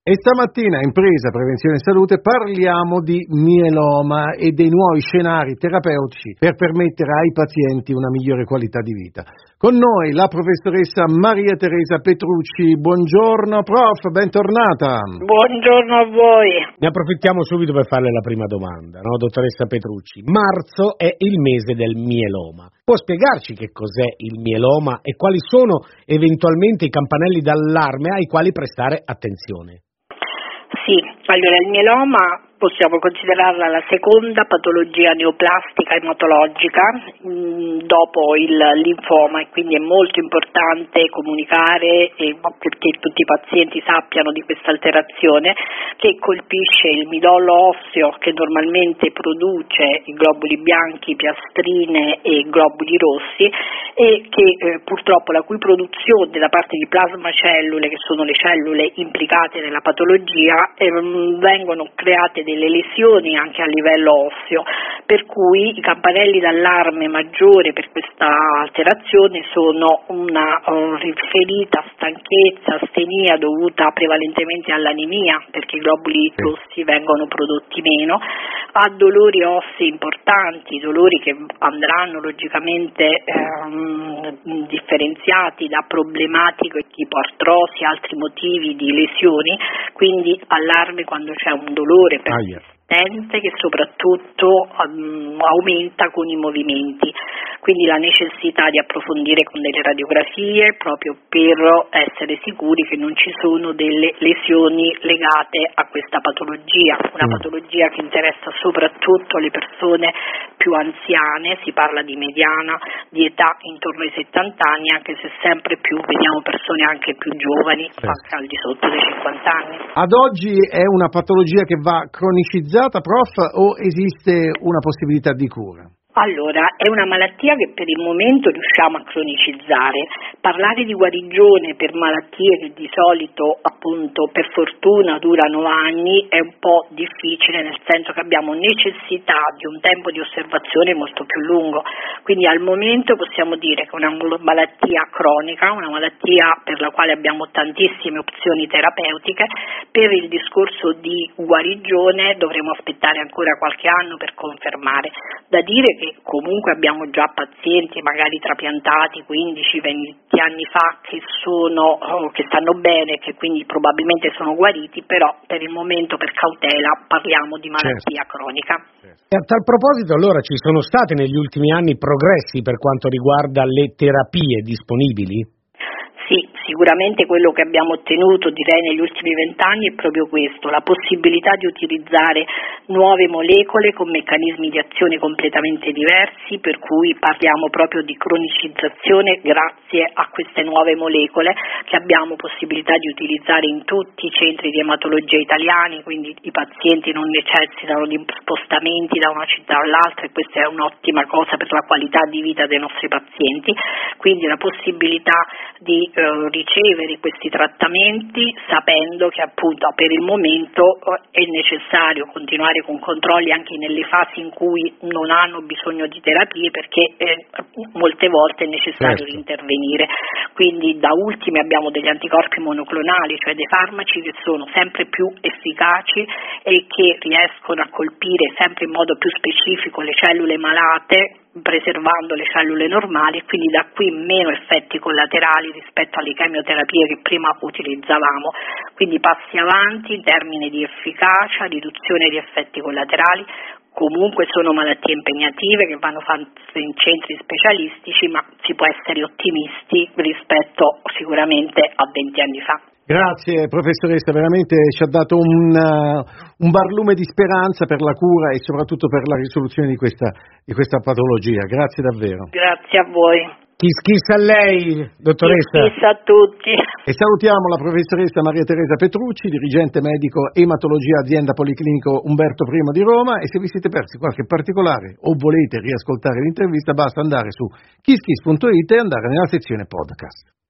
E stamattina in Presa Prevenzione e Salute parliamo di mieloma e dei nuovi scenari terapeutici per permettere ai pazienti una migliore qualità di vita. Con noi la professoressa Maria Teresa Petrucci. Buongiorno prof, bentornata. Buongiorno a voi. Ne approfittiamo subito per farle la prima domanda, no, dottoressa Petrucci? Marzo è il mese del mieloma. Può spiegarci che cos'è il mieloma e quali sono eventualmente i campanelli d'allarme ai quali prestare attenzione? Sì, allora il mieloma possiamo considerarla la seconda patologia neoplastica ematologica dopo il linfoma, e quindi è molto importante comunicare perché tutti i pazienti sappiano di questa alterazione che colpisce il midollo osseo, che normalmente produce i globuli bianchi, piastrine e globuli rossi, e che purtroppo la cui produzione da parte di plasmacellule, che sono le cellule implicate nella patologia, vengono create delle lesioni anche a livello osseo, per cui i campanelli d'allarme maggiore per questa alterazione sono una riferita stanchezza, astenia dovuta prevalentemente all'anemia, perché i globuli rossi vengono prodotti meno, a dolori ossei importanti, dolori che andranno logicamente differenziati da problematiche tipo artrosi, altri motivi di lesioni, quindi allarme quando c'è un dolore persistente che soprattutto aumenta con i movimenti, quindi la necessità di approfondire con delle radiografie proprio per essere sicuri che non ci sono delle lesioni legate a questa patologia, una patologia che interessa soprattutto le persone più anziane, si parla di mediana di età intorno ai 70 anni, anche se sempre più vediamo persone anche più giovani, anche al di sotto dei 50 anni. Ad oggi è una patologia che va cronicizzata, prof, o esiste una possibilità di cura? Allora, è una malattia che per il momento riusciamo a cronicizzare. Parlare di guarigione per malattie che di solito, appunto, per fortuna durano anni è un po' difficile, nel senso che abbiamo necessità di un tempo di osservazione molto più lungo. Quindi al momento possiamo dire che è una malattia cronica, una malattia per la quale abbiamo tantissime opzioni terapeutiche. Per il discorso di guarigione dovremo aspettare ancora qualche anno per confermare. Da dire che comunque abbiamo già pazienti magari trapiantati 15-20 anni fa che stanno bene, che quindi probabilmente sono guariti, però per il momento, per cautela, parliamo di malattia cronica. E a tal proposito, allora, ci sono stati negli ultimi anni progressi per quanto riguarda le terapie disponibili? Sì, sicuramente quello che abbiamo ottenuto, direi, negli ultimi 20 anni è proprio questo, la possibilità di utilizzare nuove molecole con meccanismi di azione completamente diversi, per cui parliamo proprio di cronicizzazione grazie a queste nuove molecole che abbiamo possibilità di utilizzare in tutti i centri di ematologia italiani, quindi i pazienti non necessitano di spostamenti da una città all'altra, e questa è un'ottima cosa per la qualità di vita dei nostri pazienti, quindi la possibilità di ricevere questi trattamenti sapendo che appunto per il momento è necessario continuare con controlli anche nelle fasi in cui non hanno bisogno di terapie, perché molte volte è necessario intervenire. Quindi da ultimi abbiamo degli anticorpi monoclonali, cioè dei farmaci che sono sempre più efficaci e che riescono a colpire sempre in modo più specifico le cellule malate, preservando le cellule normali, e quindi da qui meno effetti collaterali rispetto alle chemioterapie che prima utilizzavamo. Quindi passi avanti in termini di efficacia, riduzione di effetti collaterali. Comunque sono malattie impegnative che vanno fatte in centri specialistici, ma si può essere ottimisti rispetto sicuramente a 20 anni fa. Grazie professoressa, veramente ci ha dato un barlume di speranza per la cura e soprattutto per la risoluzione di questa patologia. Grazie davvero. Grazie a voi. Kiss a lei, dottoressa. Kiss a tutti. E salutiamo la professoressa Maria Teresa Petrucci, dirigente medico ematologia azienda Policlinico Umberto I di Roma, e se vi siete persi qualche particolare o volete riascoltare l'intervista basta andare su kisskiss.it e andare nella sezione podcast.